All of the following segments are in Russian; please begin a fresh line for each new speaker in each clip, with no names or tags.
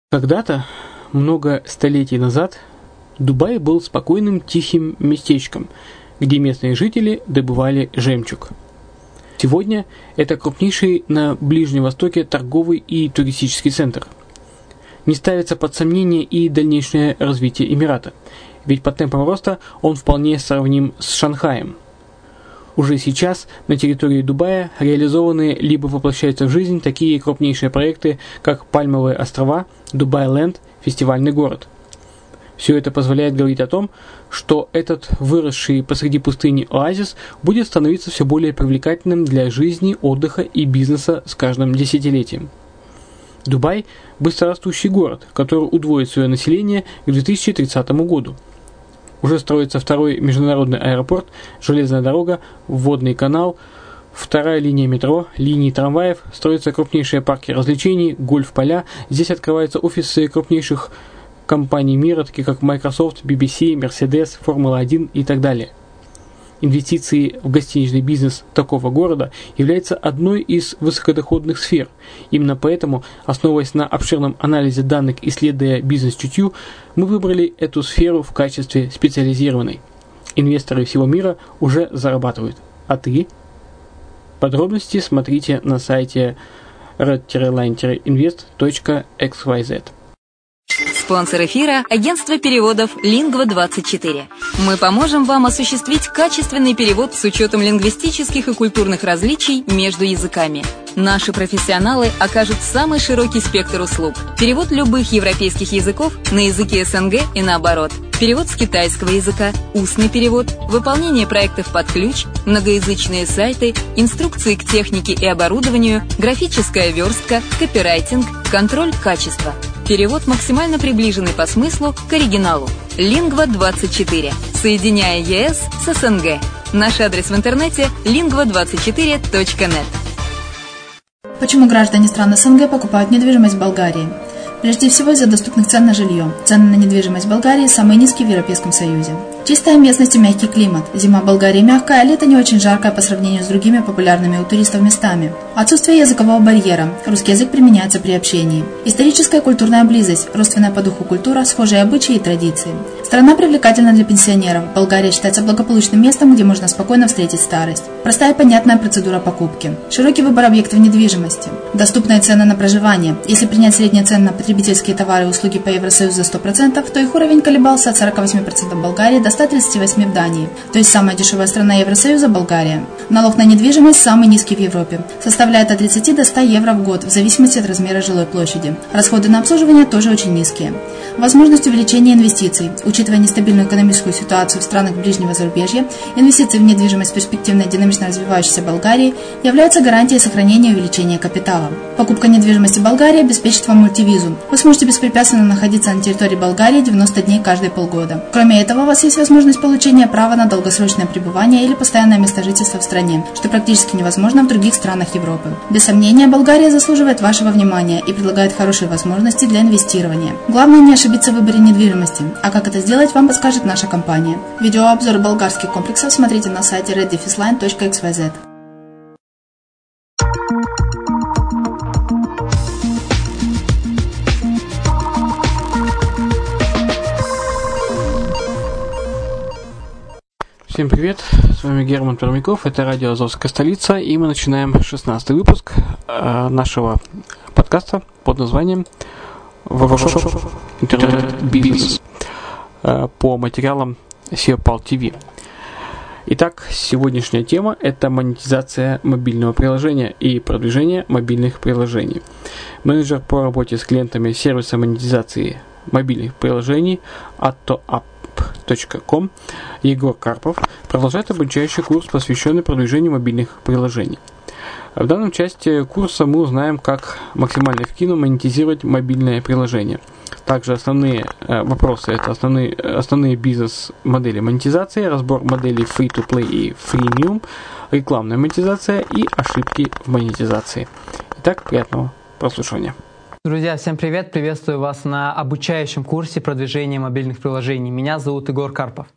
Когда-то, много столетий назад, Дубай был спокойным тихим местечком, где местные жители добывали жемчуг. Сегодня это крупнейший на Ближнем Востоке торговый и туристический центр. Не ставится под сомнение и дальнейшее развитие Эмирата, ведь по темпам роста он вполне сравним с Шанхаем. Уже сейчас на территории Дубая реализованы либо воплощаются в жизнь такие крупнейшие проекты, как Пальмовые острова, Дубай-Ленд, фестивальный город. Все это позволяет говорить о том, что этот выросший посреди пустыни оазис будет становиться все более привлекательным для жизни, отдыха и бизнеса с каждым десятилетием. Дубай – быстрорастущий город, который удвоит свое население к 2030 году. Уже строится второй международный аэропорт, железная дорога, водный канал, вторая линия метро, линии трамваев, строятся крупнейшие парки развлечений, гольф-поля. Здесь открываются офисы крупнейших компаний мира, таких как Microsoft, BBC, Mercedes, Формула-1 и так далее. Инвестиции в гостиничный бизнес такого города являются одной из высокодоходных сфер. Именно поэтому, основываясь на обширном анализе данных, исследуя бизнес-чутью, мы выбрали эту сферу в качестве специализированной. Инвесторы всего мира уже зарабатывают. А ты? Подробности смотрите на сайте red-line-invest.xyz.
Спонсор эфира – агентство переводов Lingva24. Мы поможем вам осуществить качественный перевод с учетом лингвистических и культурных различий между языками. Наши профессионалы окажут самый широкий спектр услуг. Перевод любых европейских языков на языки СНГ и наоборот. Перевод с китайского языка, устный перевод, выполнение проектов под ключ, многоязычные сайты, инструкции к технике и оборудованию, графическая верстка, копирайтинг, контроль качества. Перевод максимально приближенный по смыслу к оригиналу. Lingva24. Соединяя ЕС с СНГ. Наш адрес в интернете lingva24.net.
Почему граждане стран СНГ покупают недвижимость в Болгарии? Прежде всего из-за доступных цен на жилье. Цены на недвижимость в Болгарии самые низкие в Европейском Союзе. Чистая местность и мягкий климат. Зима в Болгарии мягкая, а лето не очень жаркое по сравнению с другими популярными у туристов местами. Отсутствие языкового барьера. Русский язык применяется при общении. Историческая и культурная близость. Родственная по духу культура, схожие обычаи и традиции. Страна привлекательна для пенсионеров. Болгария считается благополучным местом, где можно спокойно встретить старость. Простая и понятная процедура покупки. Широкий выбор объектов недвижимости. Доступные цены на проживание. Если принять средние цены на потребительские товары и услуги по Евросоюзу за 100%, то их уровень колебался от 48% в Болгарии до 138% в Дании. То есть самая дешевая страна Евросоюза – Болгария. Налог на недвижимость самый низкий в Европе. Составляет от 30 до 100 евро в год, в зависимости от размера жилой площади. Расходы на обслуживание тоже очень низкие. Возможность увеличения инвестиций. Учитывая нестабильную экономическую ситуацию в странах ближнего зарубежья, инвестиции в недвижимость перспективной и динамично развивающейся Болгарии являются гарантией сохранения и увеличения капитала. Покупка недвижимости в Болгарии обеспечит вам мультивизу. Вы сможете беспрепятственно находиться на территории Болгарии 90 дней каждые полгода. Кроме этого, у вас есть возможность получения права на долгосрочное пребывание или постоянное место жительства в стране, что практически невозможно в других странах Европы. Без сомнения, Болгария заслуживает вашего внимания и предлагает хорошие возможности для инвестирования. Главное не ошибиться в выборе недвижимости, а как это сделать, вам подскажет наша компания. Видеообзор болгарских комплексов смотрите на сайте red-line.xyz.
Всем привет, с вами Герман Пермяков, это радио «Азовская столица», и мы начинаем 16-й выпуск нашего подкаста под названием «Воркшоп интернет-бизнес» по материалам SEOPAL TV. Итак, сегодняшняя тема – это монетизация мобильного приложения и продвижение мобильных приложений. Менеджер по работе с клиентами сервиса монетизации мобильных приложений attoapp.com Егор Карпов продолжает обучающий курс, посвященный продвижению мобильных приложений. В данном части курса мы узнаем, как максимально эффективно монетизировать мобильное приложение. Также основные вопросы – это основные бизнес-модели монетизации, разбор моделей Free-to-Play и Freemium, рекламная монетизация и ошибки в монетизации. Итак, приятного прослушивания.
Друзья, всем привет! Приветствую вас на обучающем курсе продвижения мобильных приложений. Меня зовут Егор Карпов.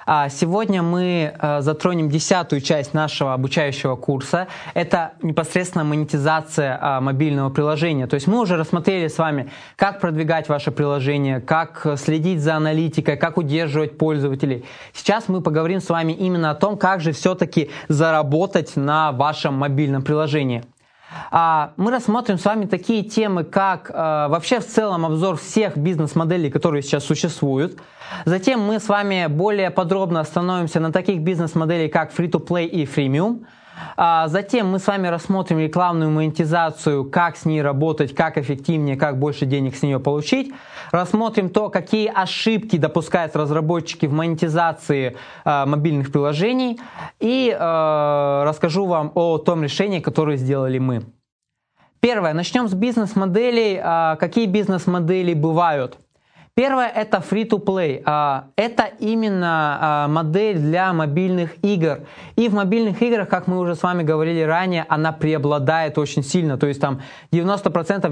Сегодня мы затронем 10-ю часть нашего обучающего курса. Это непосредственно монетизация мобильного приложения. То есть мы уже рассмотрели с вами, как продвигать ваше приложение, как следить за аналитикой, как удерживать пользователей. Сейчас мы поговорим с вами именно о том, как же все-таки заработать на вашем мобильном приложении. Мы рассмотрим с вами такие темы, как вообще в целом обзор всех бизнес-моделей, которые сейчас существуют. Затем мы с вами более подробно остановимся на таких бизнес-моделях, как Free-to-Play и Freemium. Затем мы с вами рассмотрим рекламную монетизацию, как с ней работать, как эффективнее, как больше денег с нее получить. Рассмотрим то, какие ошибки допускают разработчики в монетизации мобильных приложений. И расскажу вам о том решении, которое сделали мы. Первое. Начнем с бизнес-моделей. Какие бизнес-модели бывают? Первое – это Free-to-Play. Это именно модель для мобильных игр. И в мобильных играх, как мы уже с вами говорили ранее, она преобладает очень сильно. То есть там 90%,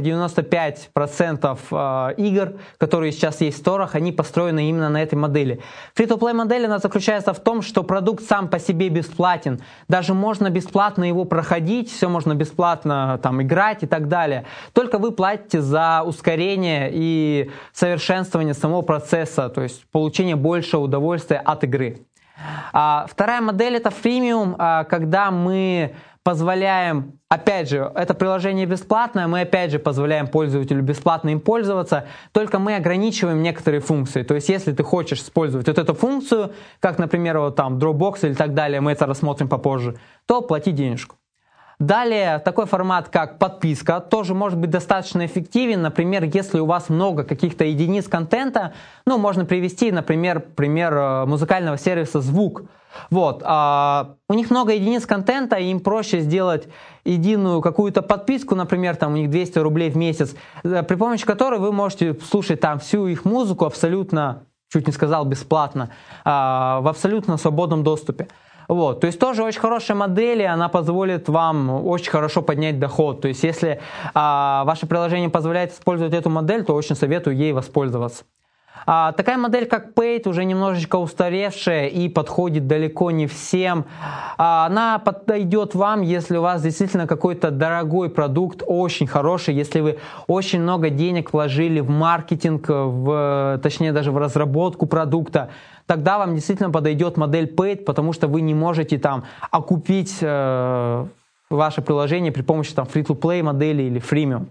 95% игр, которые сейчас есть в сторах, они построены именно на этой модели. Free-to-Play модель, она заключается в том, что продукт сам по себе бесплатен. Даже можно бесплатно его проходить, все можно бесплатно там играть и так далее. Только вы платите за ускорение и совершенствование самого процесса, то есть получение большего удовольствия от игры. Вторая модель — это freemium, когда мы позволяем, опять же, это приложение бесплатное, мы опять же позволяем пользователю бесплатно им пользоваться, только мы ограничиваем некоторые функции. То есть, если ты хочешь использовать вот эту функцию, как, например, вот там Dropbox или так далее, мы это рассмотрим попозже, то плати денежку. Далее, такой формат, как подписка, тоже может быть достаточно эффективен. Например, если у вас много каких-то единиц контента, можно привести, например, пример музыкального сервиса «Звук». Вот, у них много единиц контента, и им проще сделать единую какую-то подписку, например, там у них 200 рублей в месяц, при помощи которой вы можете слушать там всю их музыку абсолютно, чуть не сказал бесплатно, в абсолютно свободном доступе. Вот, то есть тоже очень хорошая модель, и она позволит вам очень хорошо поднять доход. То есть если ваше приложение позволяет использовать эту модель, то очень советую ей воспользоваться. Такая модель, как Paid, уже немножечко устаревшая и подходит далеко не всем. Она подойдет вам, если у вас действительно какой-то дорогой продукт, очень хороший, если вы очень много денег вложили в маркетинг, точнее даже в разработку продукта. Тогда вам действительно подойдет модель Paid, потому что вы не можете там окупить ваше приложение при помощи там Free-to-Play модели или Freemium.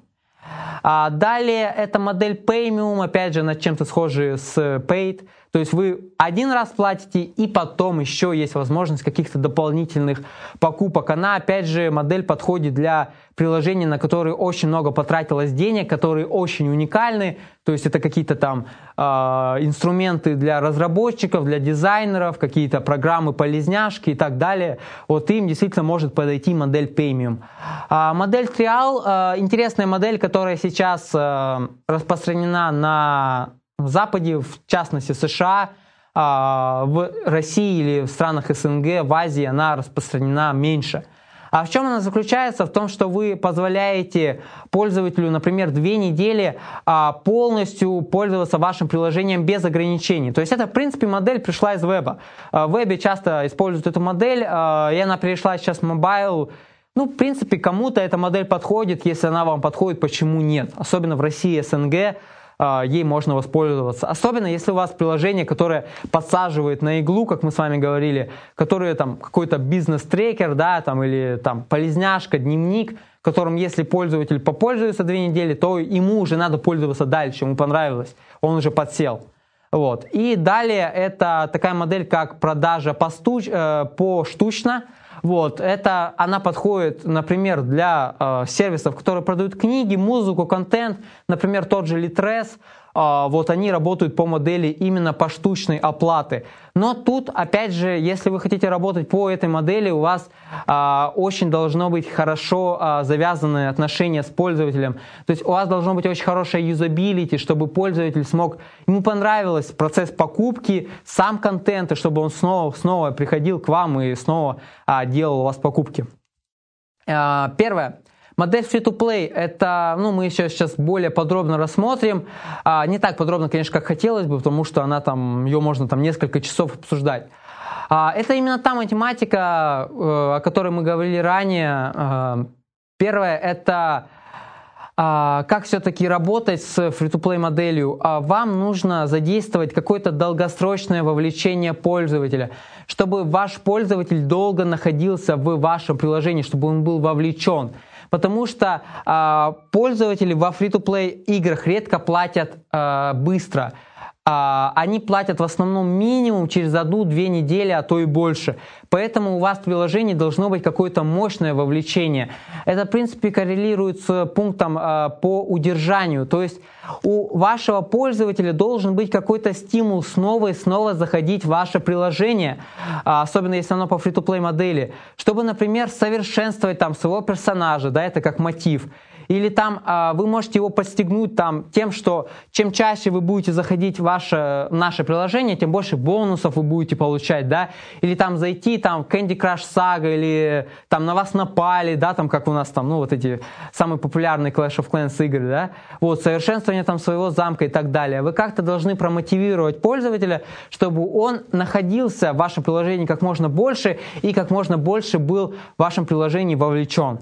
Далее это модель Premium, опять же, над чем-то схожие с Paid. То есть вы один раз платите, и потом еще есть возможность каких-то дополнительных покупок. Она, опять же, модель подходит для приложений, на которые очень много потратилось денег, которые очень уникальны. То есть это какие-то там инструменты для разработчиков, для дизайнеров, какие-то программы-полезняшки и так далее. Вот им действительно может подойти модель Premium. Модель Trial, интересная модель, которая сейчас распространена на Западе, в частности США, в России или в странах СНГ, в Азии она распространена меньше. А в чем она заключается? В том, что вы позволяете пользователю, например, 2 недели полностью пользоваться вашим приложением без ограничений. То есть это, в принципе, модель пришла из веба. В вебе часто используют эту модель, и она перешла сейчас в мобайл. В принципе, кому-то эта модель подходит. Если она вам подходит, почему нет? Особенно в России и СНГ ей можно воспользоваться. Особенно, если у вас приложение, которое подсаживает на иглу, как мы с вами говорили, которое там какой-то бизнес-трекер, да, там, или там полезняшка, дневник, которым, если пользователь попользуется 2 недели, то ему уже надо пользоваться дальше, ему понравилось, он уже подсел. Вот. И далее это такая модель, как продажа поштучно. Вот, она подходит, например, для сервисов, которые продают книги, музыку, контент, например, тот же Litres. Вот они работают по модели именно поштучной оплаты. Но тут, опять же, если вы хотите работать по этой модели, у вас очень должно быть хорошо завязанные отношения с пользователем. То есть у вас должно быть очень хорошее юзабилити, чтобы пользователь ему понравился процесс покупки, сам контент, и чтобы он снова приходил к вам и снова делал у вас покупки. Первое. Модель Free-to-Play, это, мы еще сейчас более подробно рассмотрим. Не так подробно, конечно, как хотелось бы, потому что ее можно несколько часов обсуждать. Это именно та математика, о которой мы говорили ранее. Первое, это как все-таки работать с Free-to-Play моделью. Вам нужно задействовать какое-то долгосрочное вовлечение пользователя, чтобы ваш пользователь долго находился в вашем приложении, чтобы он был вовлечен. Потому что пользователи во Free-to-Play играх редко платят быстро. Они платят в основном минимум через 1-2 недели, а то и больше. Поэтому у вас в приложении должно быть какое-то мощное вовлечение. Это, в принципе, коррелирует с пунктом по удержанию. То есть у вашего пользователя должен быть какой-то стимул снова и снова заходить в ваше приложение, особенно если оно по Free-to-Play модели, чтобы, например, совершенствовать своего персонажа, это как мотив. Или вы можете его подстегнуть тем, что чем чаще вы будете заходить в наше приложение, тем больше бонусов вы будете получать, Или зайти в Candy Crush Saga, или на вас напали, как у нас вот эти самые популярные Clash of Clans игры, совершенствование своего замка и так далее. Вы как-то должны промотивировать пользователя, чтобы он находился в вашем приложении как можно больше и как можно больше был в вашем приложении вовлечен.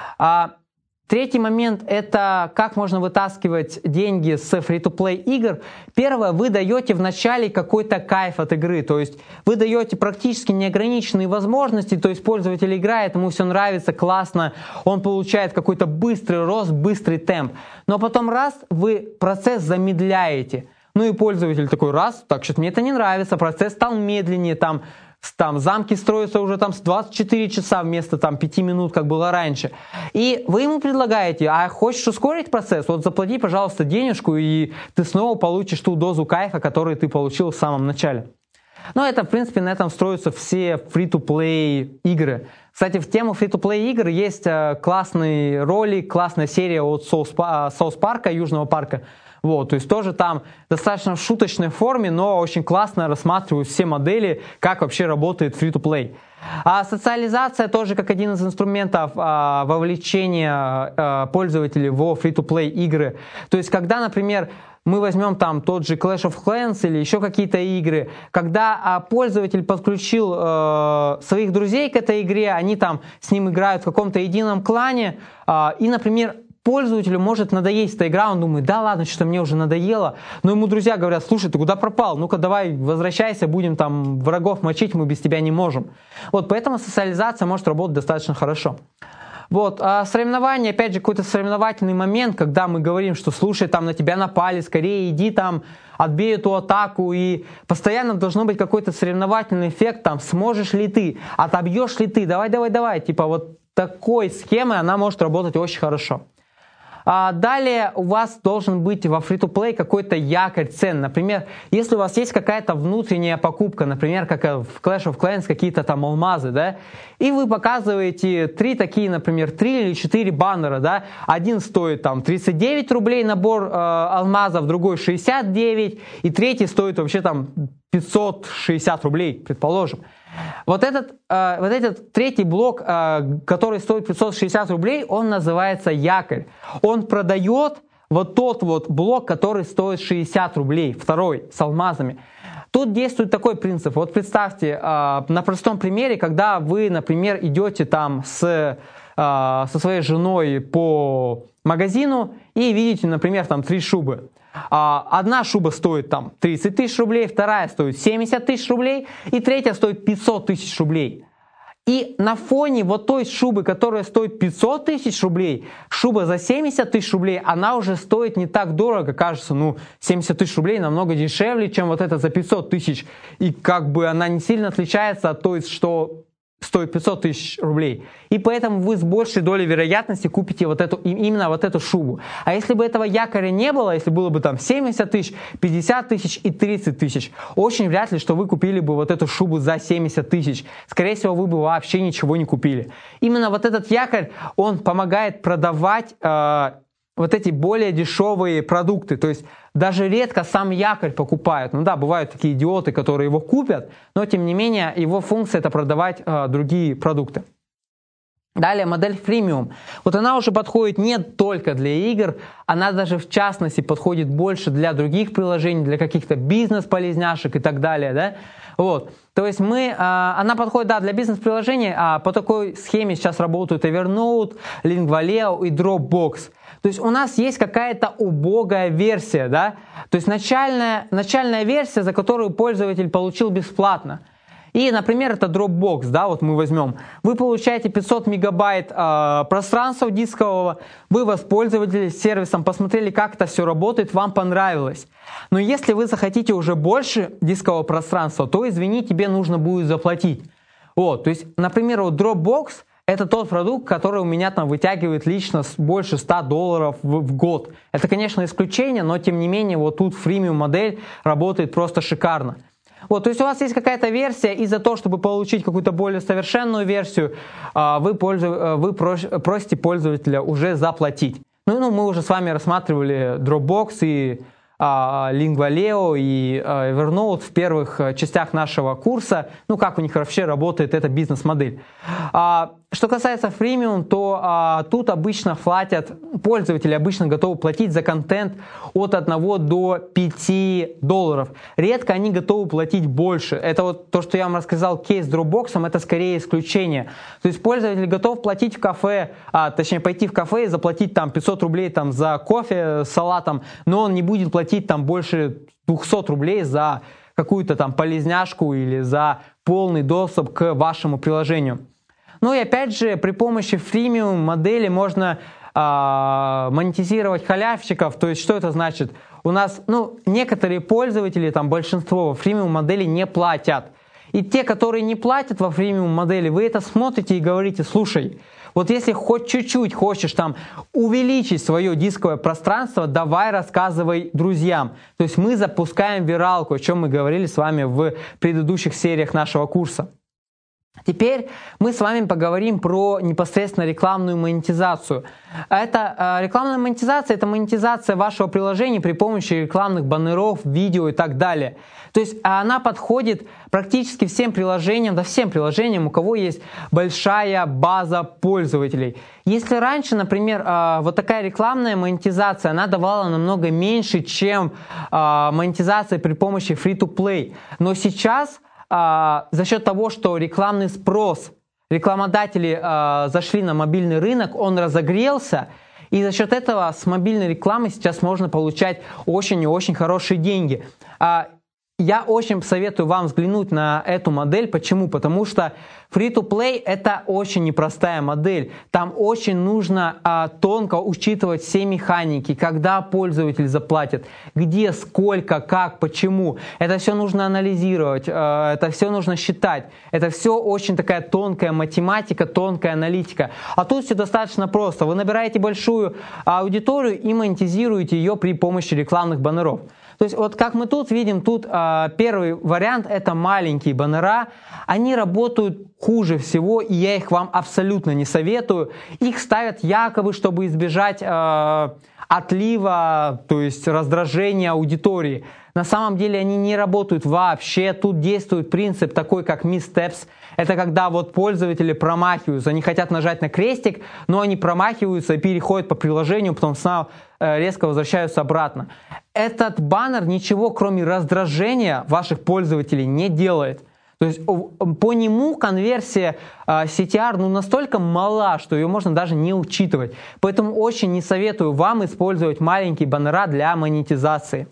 Третий момент – это как можно вытаскивать деньги с Free-to-Play игр. Первое, вы даете вначале какой-то кайф от игры, то есть вы даете практически неограниченные возможности, то есть пользователь играет, ему все нравится, классно, он получает какой-то быстрый рост, быстрый темп. Но потом вы процесс замедляете. И пользователь такой что-то мне это не нравится, процесс стал медленнее, замки строятся уже с 24 часа вместо 5 минут, как было раньше. И вы ему предлагаете, хочешь ускорить процесс? Заплати, пожалуйста, денежку, и ты снова получишь ту дозу кайфа, которую ты получил в самом начале. Это, в принципе, на этом строятся все Free-to-Play игры. Кстати, в тему Free-to-Play игр есть классный ролик, классная серия от South Park, Южного парка. То есть тоже достаточно в шуточной форме, но очень классно рассматривают все модели, как вообще работает Free-to-Play. Социализация тоже как один из инструментов вовлечения пользователей в Free-to-Play игры. То есть когда, например, мы возьмем тот же Clash of Clans или еще какие-то игры, когда пользователь подключил своих друзей к этой игре, они с ним играют в каком-то едином клане, и, например, пользователю может надоесть эта игра, он думает, да ладно, что-то мне уже надоело, но ему друзья говорят, слушай, ты куда пропал? Ну-ка давай возвращайся, будем врагов мочить, мы без тебя не можем. Поэтому социализация может работать достаточно хорошо. Соревнование, опять же, какой-то соревновательный момент, когда мы говорим, что слушай, на тебя напали, скорее иди отбей эту атаку, и постоянно должно быть какой-то соревновательный эффект, сможешь ли ты, отобьешь ли ты, давай, такой схемой она может работать очень хорошо. Далее у вас должен быть во Free-to-Play какой-то якорь цен. Например, если у вас есть какая-то внутренняя покупка, например, как в Clash of Clans какие-то алмазы, и вы показываете 3 или 4 баннера, один стоит 39 рублей набор алмазов, другой 69, и третий стоит вообще 560 рублей, предположим. Этот третий блок, который стоит 560 рублей, он называется якорь. Он продает тот блок, который стоит 60 рублей, второй, с алмазами. Тут действует такой принцип. Представьте, на простом примере, когда вы, например, идете со своей женой по магазину и видите, например, 3 шубы. Одна шуба стоит 30 тысяч рублей, вторая стоит 70 тысяч рублей, и третья стоит 500 тысяч рублей. И на фоне той шубы, которая стоит 500 тысяч рублей, шуба за 70 тысяч рублей, она уже стоит не так дорого, кажется, 70 тысяч рублей намного дешевле, чем эта за 500 тысяч. И она не сильно отличается от той, что стоит 500 тысяч рублей. И поэтому вы с большей долей вероятности купите именно эту шубу. А если бы этого якоря не было, если было бы 70 тысяч, 50 тысяч и 30 тысяч, очень вряд ли, что вы купили бы эту шубу за 70 тысяч. Скорее всего, вы бы вообще ничего не купили. Именно этот якорь, он помогает продавать эти более дешевые продукты. То есть даже редко сам якорь покупают. Бывают такие идиоты, которые его купят, но тем не менее его функция — это продавать другие продукты. Далее модель Freemium. Вот она уже подходит не только для игр, она даже в частности подходит больше для других приложений, для каких-то бизнес-полезняшек и так далее, да? Вот. То есть она подходит, да, для бизнес-приложений, а по такой схеме сейчас работают Evernote, Lingvaleo и Dropbox. То есть у нас есть какая-то убогая версия, да? То есть начальная версия, за которую пользователь получил бесплатно. И, например, это Dropbox, да, вот мы возьмем. Вы получаете 500 мегабайт пространства дискового, вы воспользовались сервисом, посмотрели, как это все работает, вам понравилось. Но если вы захотите уже больше дискового пространства, то, извини, тебе нужно будет заплатить. Вот, то есть, например, вот Dropbox — это тот продукт, который у меня там вытягивает лично больше $100 в год. Это, конечно, исключение, но, тем не менее, вот тут фримиум модель работает просто шикарно. Вот, то есть у вас есть какая-то версия, и за то, чтобы получить какую-то более совершенную версию, вы просите пользователя уже заплатить. Ну, мы уже с вами рассматривали Dropbox и Lingvaleo и Evernote в первых частях нашего курса, ну, как у них вообще работает эта бизнес-модель. Что касается фримиум, то тут обычно пользователи обычно готовы платить за контент от 1 до $5. Редко они готовы платить больше. Это вот то, что я вам рассказал, кейс с Dropbox, это скорее исключение. То есть пользователь готов платить в кафе, точнее пойти в кафе и заплатить там 500 рублей там, за кофе с салатом, но он не будет платить там больше 200 рублей за какую-то там полезняшку или за полный доступ к вашему приложению. Ну и опять же, при помощи фримиум модели можно монетизировать халявщиков. То есть, что это значит? У нас, некоторые пользователи, там большинство во фримиум модели не платят. И те, которые не платят во фримиум модели, вы это смотрите и говорите: слушай, вот если хоть чуть-чуть хочешь там увеличить свое дисковое пространство, давай рассказывай друзьям. То есть мы запускаем виралку, о чем мы говорили с вами в предыдущих сериях нашего курса. Теперь мы с вами поговорим про непосредственно рекламную монетизацию. Рекламная монетизация — это монетизация вашего приложения при помощи рекламных баннеров, видео и так далее. То есть она подходит практически всем приложениям, всем приложениям, у кого есть большая база пользователей. Если раньше, например, вот такая рекламная монетизация, она давала намного меньше, чем монетизация при помощи free-to-play. Но сейчас за счет того, что рекламный спрос, рекламодатели зашли на мобильный рынок, он разогрелся, и за счет этого с мобильной рекламы сейчас можно получать очень и очень хорошие деньги. Я очень советую вам взглянуть на эту модель. Почему? Потому что free-to-play — это очень непростая модель. Там очень нужно тонко учитывать все механики, когда пользователь заплатит, где, сколько, как, почему. Это все нужно анализировать, это все нужно считать. Это все очень такая тонкая математика, тонкая аналитика. А тут все достаточно просто. Вы набираете большую аудиторию и монетизируете ее при помощи рекламных баннеров. То есть вот как мы тут видим, тут первый вариант — это маленькие баннера. Они работают хуже всего, и я их вам абсолютно не советую. Их ставят якобы, чтобы избежать отлива, то есть раздражения аудитории. На самом деле они не работают вообще. Тут действует принцип такой, как missteps. Это когда вот пользователи промахиваются. Они хотят нажать на крестик, но они промахиваются и переходят по приложению, потом снова резко возвращаются обратно. Этот баннер ничего, кроме раздражения ваших пользователей, не делает. То есть по нему конверсия CTR настолько мала, что ее можно даже не учитывать. Поэтому очень не советую вам использовать маленькие баннера для монетизации.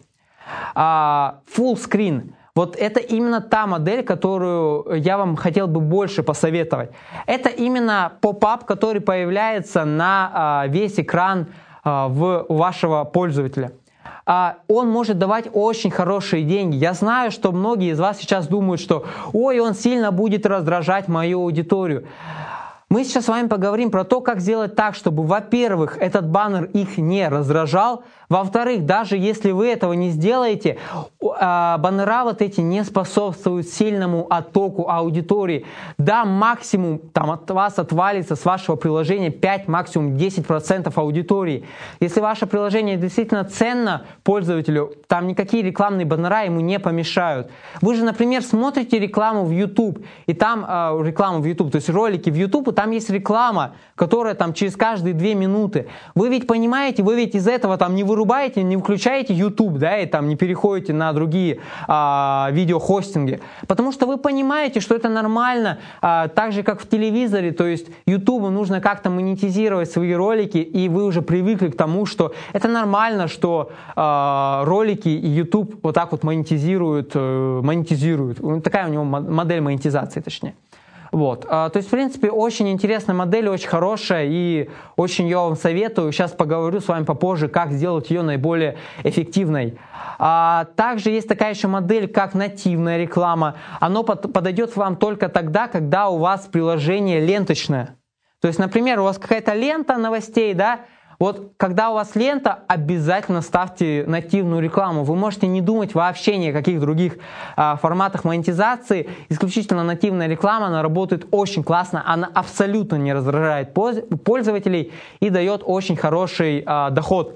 Full screen. Вот это именно та модель, которую я вам хотел бы больше посоветовать. Это именно поп-ап, который появляется на весь экран у вашего пользователя. Он может давать очень хорошие деньги. Я знаю, что многие из вас сейчас думают, что «Ой, он сильно будет раздражать мою аудиторию». Мы сейчас с вами поговорим про то, как сделать так, чтобы, во-первых, этот баннер их не раздражал, Во-вторых, даже если вы этого не сделаете, баннера вот эти не способствуют сильному оттоку аудитории. Да, максимум там от вас отвалится с вашего приложения 5, максимум 10% аудитории. Если ваше приложение действительно ценно пользователю, там никакие рекламные баннера ему не помешают. Вы же, например, смотрите рекламу в YouTube, и там рекламу в YouTube, то есть ролики в YouTube, и там есть реклама, которая там через каждые 2 минуты. Вы ведь понимаете, вы ведь из этого там не вырубаете, не включаете YouTube, да, и там не переходите на другие видеохостинги. Потому что вы понимаете, что это нормально, так же, как в телевизоре, то есть YouTube нужно как-то монетизировать свои ролики, и вы уже привыкли к тому, что это нормально, что ролики и YouTube вот так вот монетизируют. Такая у него модель монетизации, точнее. Вот. То есть, в принципе, очень интересная модель, очень хорошая, и очень я вам советую. Сейчас поговорю с вами попозже, как сделать ее наиболее эффективной. Также есть такая еще модель, как нативная реклама. Оно подойдет вам только тогда, когда у вас приложение ленточное. То есть, например, у вас какая-то лента новостей, да? Вот когда у вас лента, обязательно ставьте нативную рекламу. Вы можете не думать вообще ни о каких других форматах монетизации. Исключительно нативная реклама, она работает очень классно, она абсолютно не раздражает пользователей и дает очень хороший доход.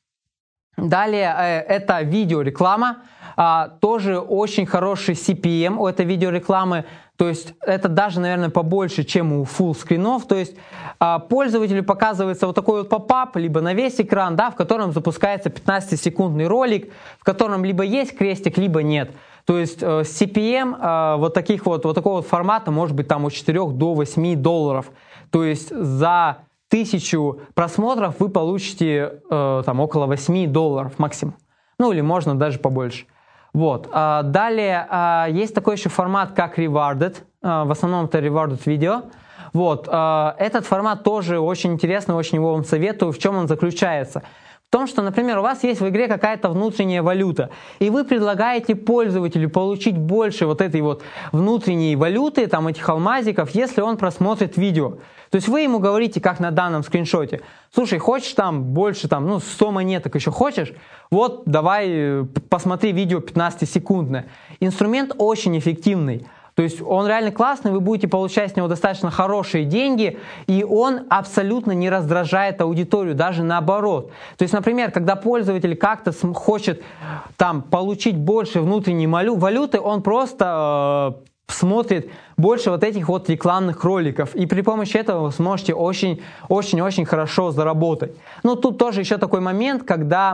Далее это видеореклама. Тоже очень хороший CPM у этой видеорекламы. То есть это даже, наверное, побольше, чем у фуллскринов. То есть пользователю показывается вот такой вот поп-ап, либо на весь экран, да, в котором запускается 15-секундный ролик, в котором либо есть крестик, либо нет. То есть CPM вот такого вот формата может быть там от 4 до 8 долларов. То есть за 1000 просмотров вы получите там около 8 долларов максимум. Ну или можно даже побольше. Вот. Далее есть такой еще формат, как Rewarded. В основном это Rewarded видео. Вот. Этот формат тоже очень интересный, очень его вам советую. В чем он заключается? В том, что, например, у вас есть в игре какая-то внутренняя валюта, и вы предлагаете пользователю получить больше вот этой вот внутренней валюты, там этих алмазиков, если он просмотрит видео. То есть вы ему говорите, как на данном скриншоте: слушай, хочешь там больше, там, 100 монеток еще хочешь? Вот, давай посмотри видео 15-секундное. Инструмент очень эффективный. То есть он реально классный, вы будете получать с него достаточно хорошие деньги, и он абсолютно не раздражает аудиторию, даже наоборот. То есть, например, когда пользователь как-то хочет там получить больше внутренней валюты, он просто смотрит больше вот этих вот рекламных роликов, и при помощи этого вы сможете очень-очень хорошо заработать. Ну, тут тоже еще такой момент, когда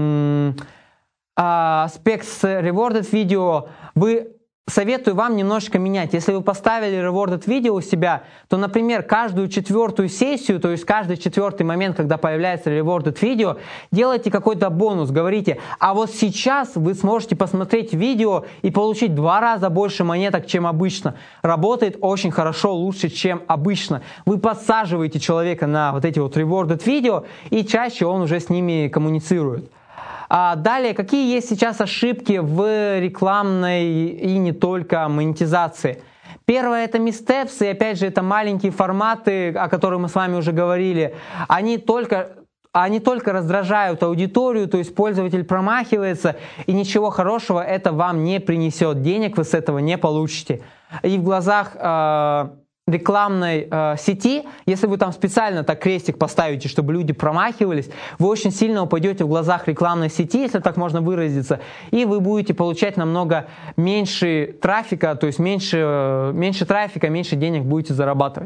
аспект с Rewarded видео советую вам немножечко менять. Если вы поставили Rewarded видео у себя, то, например, каждую 4-ю сессию, то есть каждый 4-й момент, когда появляется Rewarded видео, делайте какой-то бонус, говорите: а вот сейчас вы сможете посмотреть видео и получить 2 раза больше монеток, чем обычно. Работает очень хорошо, лучше, чем обычно. Вы подсаживаете человека на вот эти вот Rewarded видео, и чаще он уже с ними коммуницирует. Далее, какие есть сейчас ошибки в рекламной и не только монетизации? Первое — это мисстепсы, и опять же это маленькие форматы, о которых мы с вами уже говорили. Они только раздражают аудиторию, то есть пользователь промахивается, и ничего хорошего это вам не принесет. Денег вы с этого не получите. И в глазах рекламной сети, если вы там специально так крестик поставите, чтобы люди промахивались, вы очень сильно упадете в глазах рекламной сети, если так можно выразиться, и вы будете получать намного меньше трафика, то есть меньше трафика, меньше денег будете зарабатывать.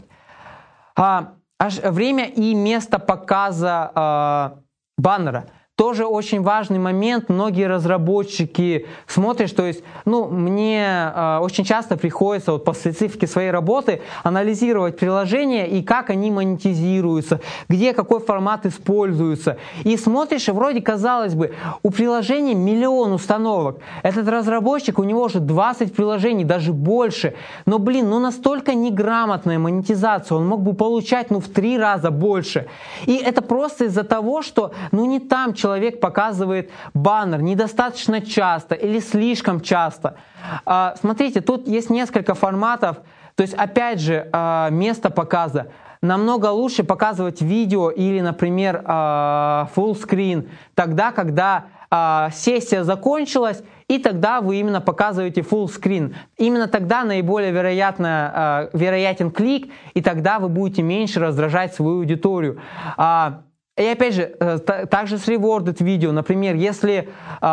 Время и место показа баннера. Тоже очень важный момент. Многие разработчики смотрят, то есть, мне очень часто приходится по специфике своей работы анализировать приложения и как они монетизируются, где какой формат используется. И смотришь, и вроде, казалось бы, у приложений 1 миллион установок. Этот разработчик, у него уже 20 приложений, даже больше. Но, настолько неграмотная монетизация, он мог бы получать, в 3 раза больше. И это просто из-за того, что, не там человек показывает баннер недостаточно часто или слишком часто. Смотрите, тут есть несколько форматов. То есть, опять же, место показа. намного лучше показывать видео или, например, full screen тогда, когда сессия закончилась, и тогда вы именно показываете full screen. Именно тогда наиболее вероятен клик, и тогда вы будете меньше раздражать свою аудиторию. И опять же, также с rewarded видео. Например, если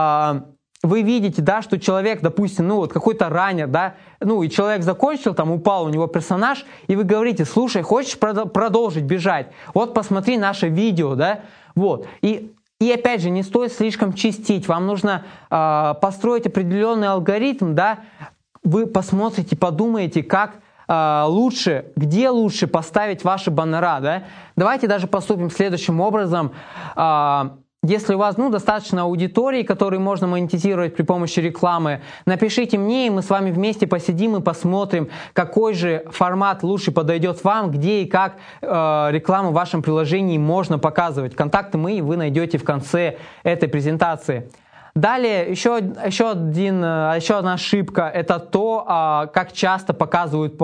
вы видите, да, что человек, допустим, ну вот какой-то раннер, да, ну и человек закончил, там упал у него персонаж, и вы говорите: слушай, хочешь продолжить бежать? Вот посмотри наше видео, да, вот. И опять же, не стоит слишком чистить, вам нужно построить определенный алгоритм, да, вы посмотрите, подумаете, как лучше, где лучше поставить ваши баннера, да. Давайте даже поступим следующим образом. Если у вас достаточно аудитории, которые можно монетизировать при помощи рекламы, напишите мне, и мы с вами вместе посидим и посмотрим, какой же формат лучше подойдет вам, где и как рекламу в вашем приложении можно показывать. Контакты вы найдете в конце этой презентации. Далее, еще одна ошибка – это то, как часто показывают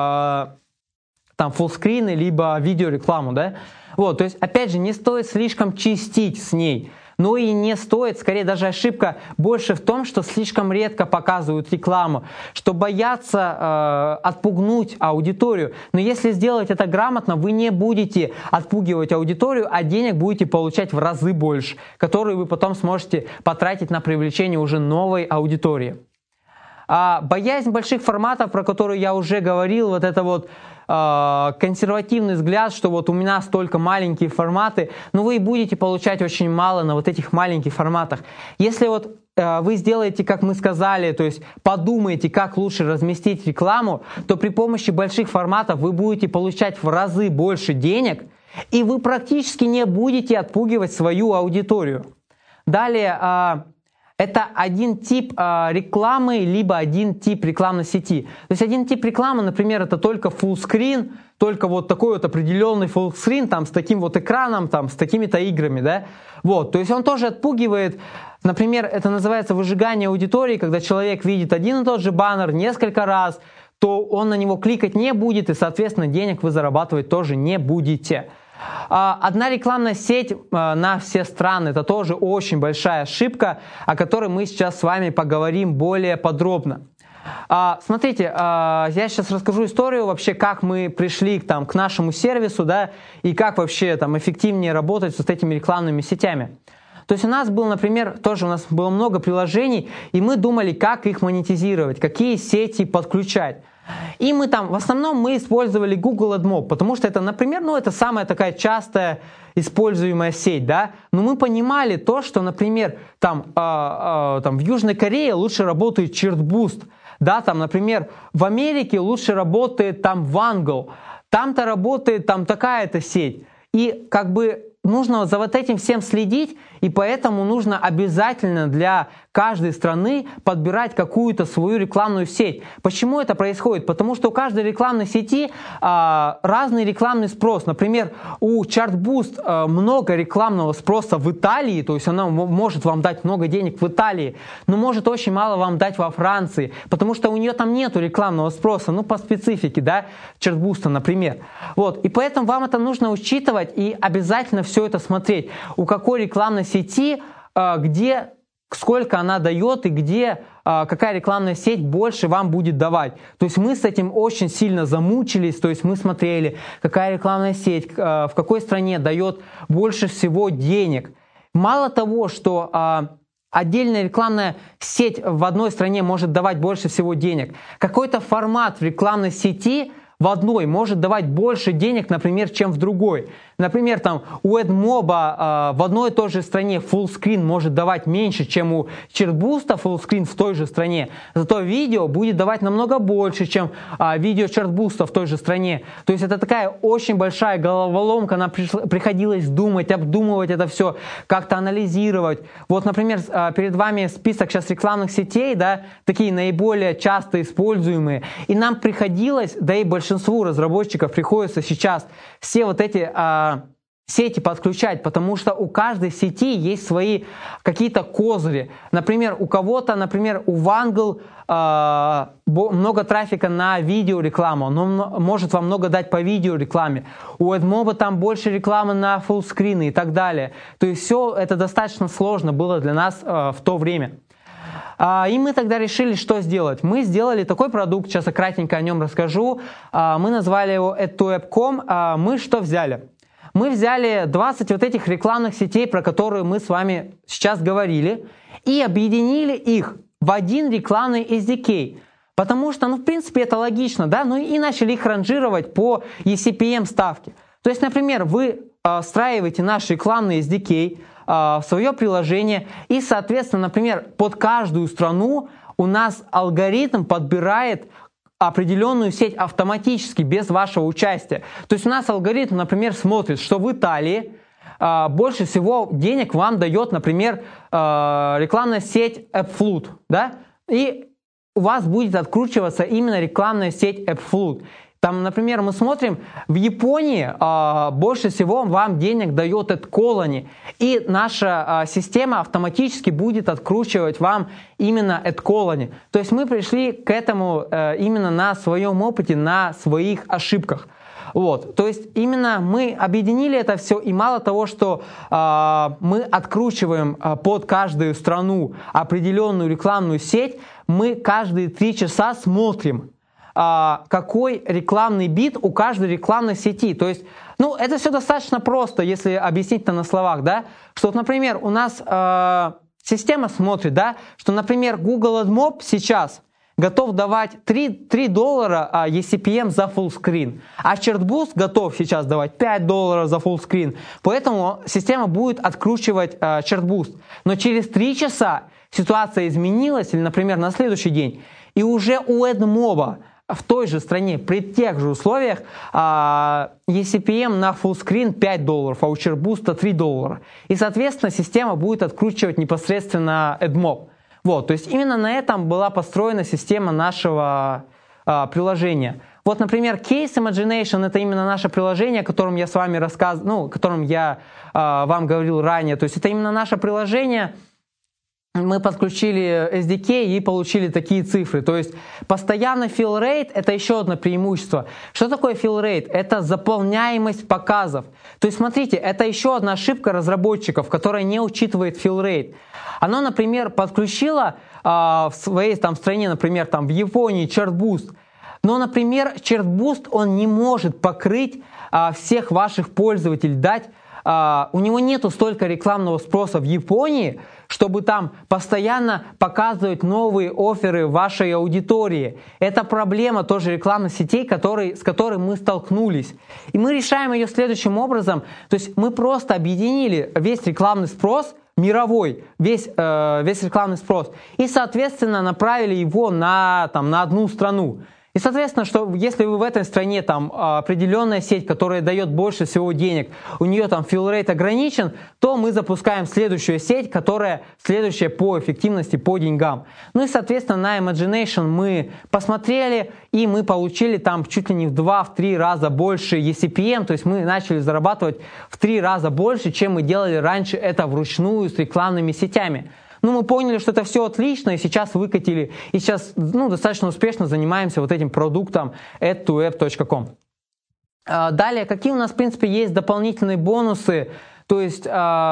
там фуллскрины либо видеорекламу, да? Вот, то есть, опять же, не стоит слишком чистить с ней. Но и не стоит, скорее даже ошибка больше в том, что слишком редко показывают рекламу, что боятся отпугнуть аудиторию. Но если сделать это грамотно, вы не будете отпугивать аудиторию, а денег будете получать в разы больше, которые вы потом сможете потратить на привлечение уже новой аудитории. Боязнь больших форматов, про которые я уже говорил, вот это вот консервативный взгляд, что вот у меня столько маленькие форматы, но вы будете получать очень мало на вот этих маленьких форматах. Если вот вы сделаете, как мы сказали, то есть подумаете, как лучше разместить рекламу, то при помощи больших форматов вы будете получать в разы больше денег, и вы практически не будете отпугивать свою аудиторию. Далее, это один тип рекламы, либо один тип рекламной сети. То есть один тип рекламы, например, это только full screen, только вот такой вот определенный full screen, там, с таким вот экраном, там, с такими-то играми, да. Вот, то есть он тоже отпугивает. Например, это называется выжигание аудитории, когда человек видит один и тот же баннер несколько раз, то он на него кликать не будет, и, соответственно, денег вы зарабатывать тоже не будете. Одна рекламная сеть на все страны – это тоже очень большая ошибка, о которой мы сейчас с вами поговорим более подробно. Смотрите, я сейчас расскажу историю вообще, как мы пришли к нашему сервису, да, и как вообще там эффективнее работать с этими рекламными сетями. То есть у нас был, например, тоже у нас было много приложений, и мы думали, как их монетизировать, какие сети подключать. И мы там, в основном мы использовали Google AdMob, потому что это, например, это самая такая частая используемая сеть, да. Но мы понимали то, что, например, там в Южной Корее лучше работает Chartboost, да, там, например, в Америке лучше работает там Wangle, там-то работает там такая-то сеть. И как бы нужно за вот этим всем следить, и поэтому нужно обязательно для каждой страны подбирать какую-то свою рекламную сеть. Почему это происходит? Потому что у каждой рекламной сети разный рекламный спрос. Например, у Chartboost много рекламного спроса в Италии, то есть она может вам дать много денег в Италии, но может очень мало вам дать во Франции, потому что у нее там нету рекламного спроса, по специфике, да, Chartboost, например. Вот, и поэтому вам это нужно учитывать и обязательно все это смотреть. У какой рекламной сети, где, сколько она дает и где какая рекламная сеть больше вам будет давать. То есть мы с этим очень сильно замучились, то есть мы смотрели, какая рекламная сеть в какой стране дает больше всего денег. Мало того, что отдельная рекламная сеть в одной стране может давать больше всего денег, какой-то формат в рекламной сети в одной может давать больше денег, например, чем в другой. Например, там у AdMob в одной и той же стране full screen может давать меньше, чем у Chartboost full screen в той же стране. Зато видео будет давать намного больше, чем видео Chartboost в той же стране. То есть это такая очень большая головоломка, нам приходилось думать, обдумывать это все, как-то анализировать. Вот, например, перед вами список сейчас рекламных сетей, да, такие наиболее часто используемые. И нам приходилось, да и большинству разработчиков приходится сейчас все вот эти сети подключать, потому что у каждой сети есть свои какие-то козыри. Например, у кого-то, например, у Wangle много трафика на видеорекламу, он может вам много дать по видеорекламе. У AdMob там больше рекламы на фуллскрины и так далее. То есть все это достаточно сложно было для нас в то время. И мы тогда решили, что сделать. Мы сделали такой продукт, сейчас я кратенько о нем расскажу. Мы назвали его AdToApp.com. Мы что взяли? Мы взяли 20 вот этих рекламных сетей, про которые мы с вами сейчас говорили, и объединили их в один рекламный SDK. Потому что, в принципе, это логично, да? И начали их ранжировать по eCPM ставке. То есть, например, вы встраиваете наш рекламный SDK в свое приложение, и, соответственно, например, под каждую страну у нас алгоритм подбирает определенную сеть автоматически, без вашего участия. То есть у нас алгоритм, например, смотрит, что в Италии больше всего денег вам дает, например, рекламная сеть AppFlood, да? И у вас будет откручиваться именно рекламная сеть AppFlood. Там, например, мы смотрим, в Японии больше всего вам денег дает AdColony, и наша система автоматически будет откручивать вам именно AdColony. То есть мы пришли к этому именно на своем опыте, на своих ошибках. Вот. То есть именно мы объединили это все, и мало того, что мы откручиваем под каждую страну определенную рекламную сеть, мы каждые 3 часа смотрим, какой рекламный бит у каждой рекламной сети. То есть, это все достаточно просто, если объяснить на словах, да, что, например, у нас система смотрит, да, что, например, Google AdMob сейчас готов давать $3 eCPM за fullscreen, а ChartBoost готов сейчас давать $5 за fullscreen, поэтому система будет откручивать ChartBoost. Но через 3 часа ситуация изменилась, или, например, на следующий день, и уже у AdMob в той же стране, при тех же условиях, eCPM на fullscreen $5, а у ChartBoost $3. И, соответственно, система будет откручивать непосредственно AdMob. Вот, то есть именно на этом была построена система нашего приложения. Вот, например, Case Imagination — это именно наше приложение, о котором я с вами рассказывал, о котором я вам говорил ранее. То есть это именно наше приложение. Мы подключили SDK и получили такие цифры. То есть постоянный fill rate — это еще одно преимущество. Что такое fill rate? Это заполняемость показов. То есть смотрите, это еще одна ошибка разработчиков, которая не учитывает fill rate. Оно, например, подключило в своей стране, например, в Японии ChartBoost. Но, например, ChartBoost, он не может покрыть всех ваших пользователей, у него нету столько рекламного спроса в Японии, чтобы там постоянно показывать новые офферы вашей аудитории. Это проблема тоже рекламных сетей, с которой мы столкнулись. И мы решаем ее следующим образом. То есть мы просто объединили весь рекламный спрос, мировой, весь рекламный спрос, и, соответственно, направили его на одну страну. И, соответственно, что если вы в этой стране определенная сеть, которая дает больше всего денег, у нее fill rate ограничен, то мы запускаем следующую сеть, которая следующая по эффективности, по деньгам. И, соответственно, на Imagination мы посмотрели, и мы получили чуть ли не в 2-3 раза больше eCPM, то есть мы начали зарабатывать в 3 раза больше, чем мы делали раньше это вручную с рекламными сетями. Мы поняли, что это все отлично, и сейчас выкатили, и сейчас достаточно успешно занимаемся вот этим продуктом AdToApp.com. Далее, какие у нас, в принципе, есть дополнительные бонусы? То есть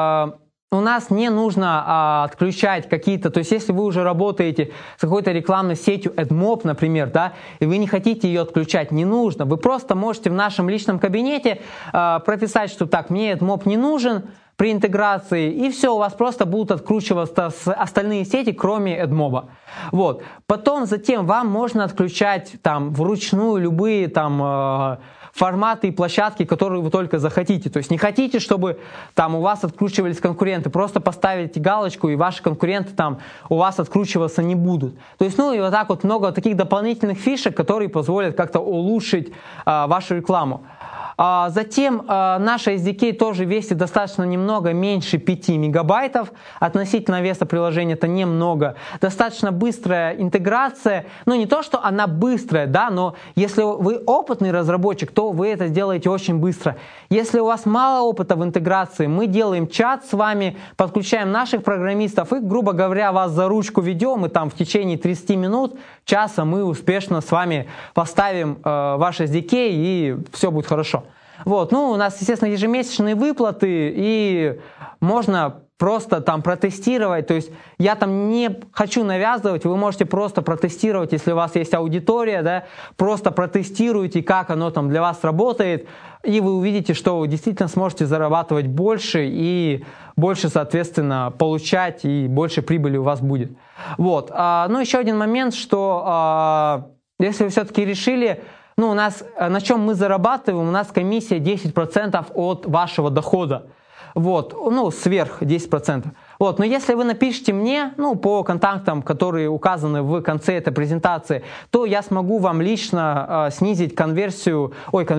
у нас не нужно отключать какие-то, то есть если вы уже работаете с какой-то рекламной сетью AdMob, например, и вы не хотите ее отключать, не нужно. Вы просто можете в нашем личном кабинете прописать, что мне AdMob не нужен при интеграции, и все, у вас просто будут откручиваться остальные сети, кроме AdMob. Вот. Затем вам можно отключать вручную любые форматы и площадки, которые вы только захотите. То есть не хотите, чтобы у вас откручивались конкуренты, просто поставите галочку, и ваши конкуренты у вас откручиваться не будут. То есть, и вот так вот много таких дополнительных фишек, которые позволят как-то улучшить вашу рекламу. Затем наша SDK тоже весит достаточно немного, меньше 5 мегабайтов. Относительно веса приложения это немного. Достаточно быстрая интеграция. Ну, не то, что она быстрая, да, но если вы опытный разработчик, то вы это сделаете очень быстро. Если у вас мало опыта в интеграции, мы делаем чат с вами, подключаем наших программистов и, грубо говоря, вас за ручку ведем, и там в течение 30 минут, часа мы успешно с вами поставим ваш SDK, и все будет хорошо. Вот, ну, у нас, естественно, ежемесячные выплаты, и можно просто там протестировать, то есть я там не хочу навязывать, вы можете просто протестировать, если у вас есть аудитория, да, просто протестируйте, как оно там для вас работает, и вы увидите, что вы действительно сможете зарабатывать больше и больше, соответственно, получать, и больше прибыли у вас будет. Вот, ну, еще один момент, что если вы все-таки решили, ну, у нас, на чем мы зарабатываем, у нас комиссия 10% от вашего дохода. Вот, ну, сверх 10%. Вот, но если вы напишите мне, ну, по контактам, которые указаны в конце этой презентации, то я смогу вам лично снизить комиссию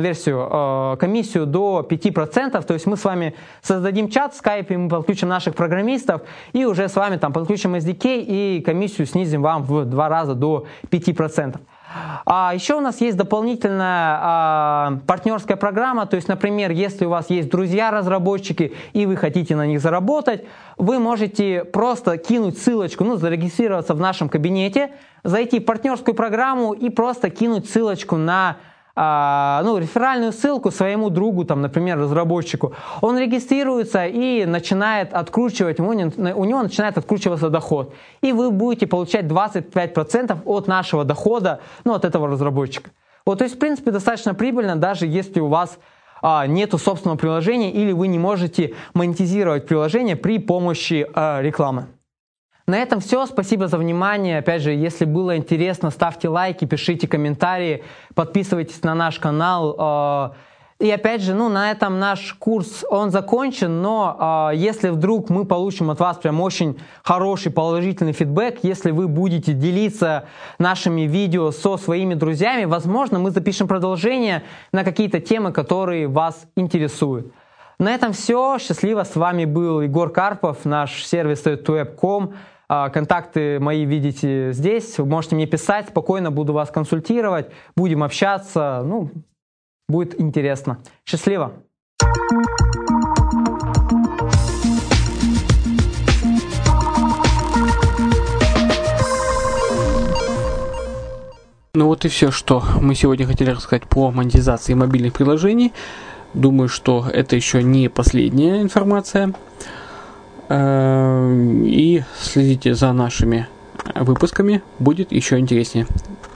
до 5%. То есть мы с вами создадим чат в скайпе, мы подключим наших программистов и уже с вами там подключим SDK и комиссию снизим вам в 2 раза до 5%. Еще у нас есть дополнительная партнерская программа, то есть, например, если у вас есть друзья-разработчики и вы хотите на них заработать, вы можете просто кинуть ссылочку, ну, зарегистрироваться в нашем кабинете, зайти в партнерскую программу и просто кинуть ссылочку на реферальную ссылку своему другу, там, например, разработчику. Он регистрируется и начинает откручивать, у него начинает откручиваться доход. И вы будете получать 25% от нашего дохода, ну, от этого разработчика. Вот, то есть, в принципе, достаточно прибыльно, даже если у вас нету собственного приложения или вы не можете монетизировать приложение при помощи рекламы. На этом все. Спасибо за внимание. Опять же, если было интересно, ставьте лайки, пишите комментарии, подписывайтесь на наш канал. И опять же, ну, на этом наш курс, он закончен, но если вдруг мы получим от вас прям очень хороший положительный фидбэк, если вы будете делиться нашими видео со своими друзьями, возможно, мы запишем продолжение на какие-то темы, которые вас интересуют. На этом все. Счастливо. С вами был Егор Карпов, наш сервис ToWeb.com. Контакты мои видите здесь. Вы можете мне писать, спокойно буду вас консультировать. Будем общаться. Ну, будет интересно. Счастливо!
Ну вот и все, что мы сегодня хотели рассказать по монетизации мобильных приложений. Думаю, что это еще не последняя информация. И следите за нашими выпусками, будет еще интереснее.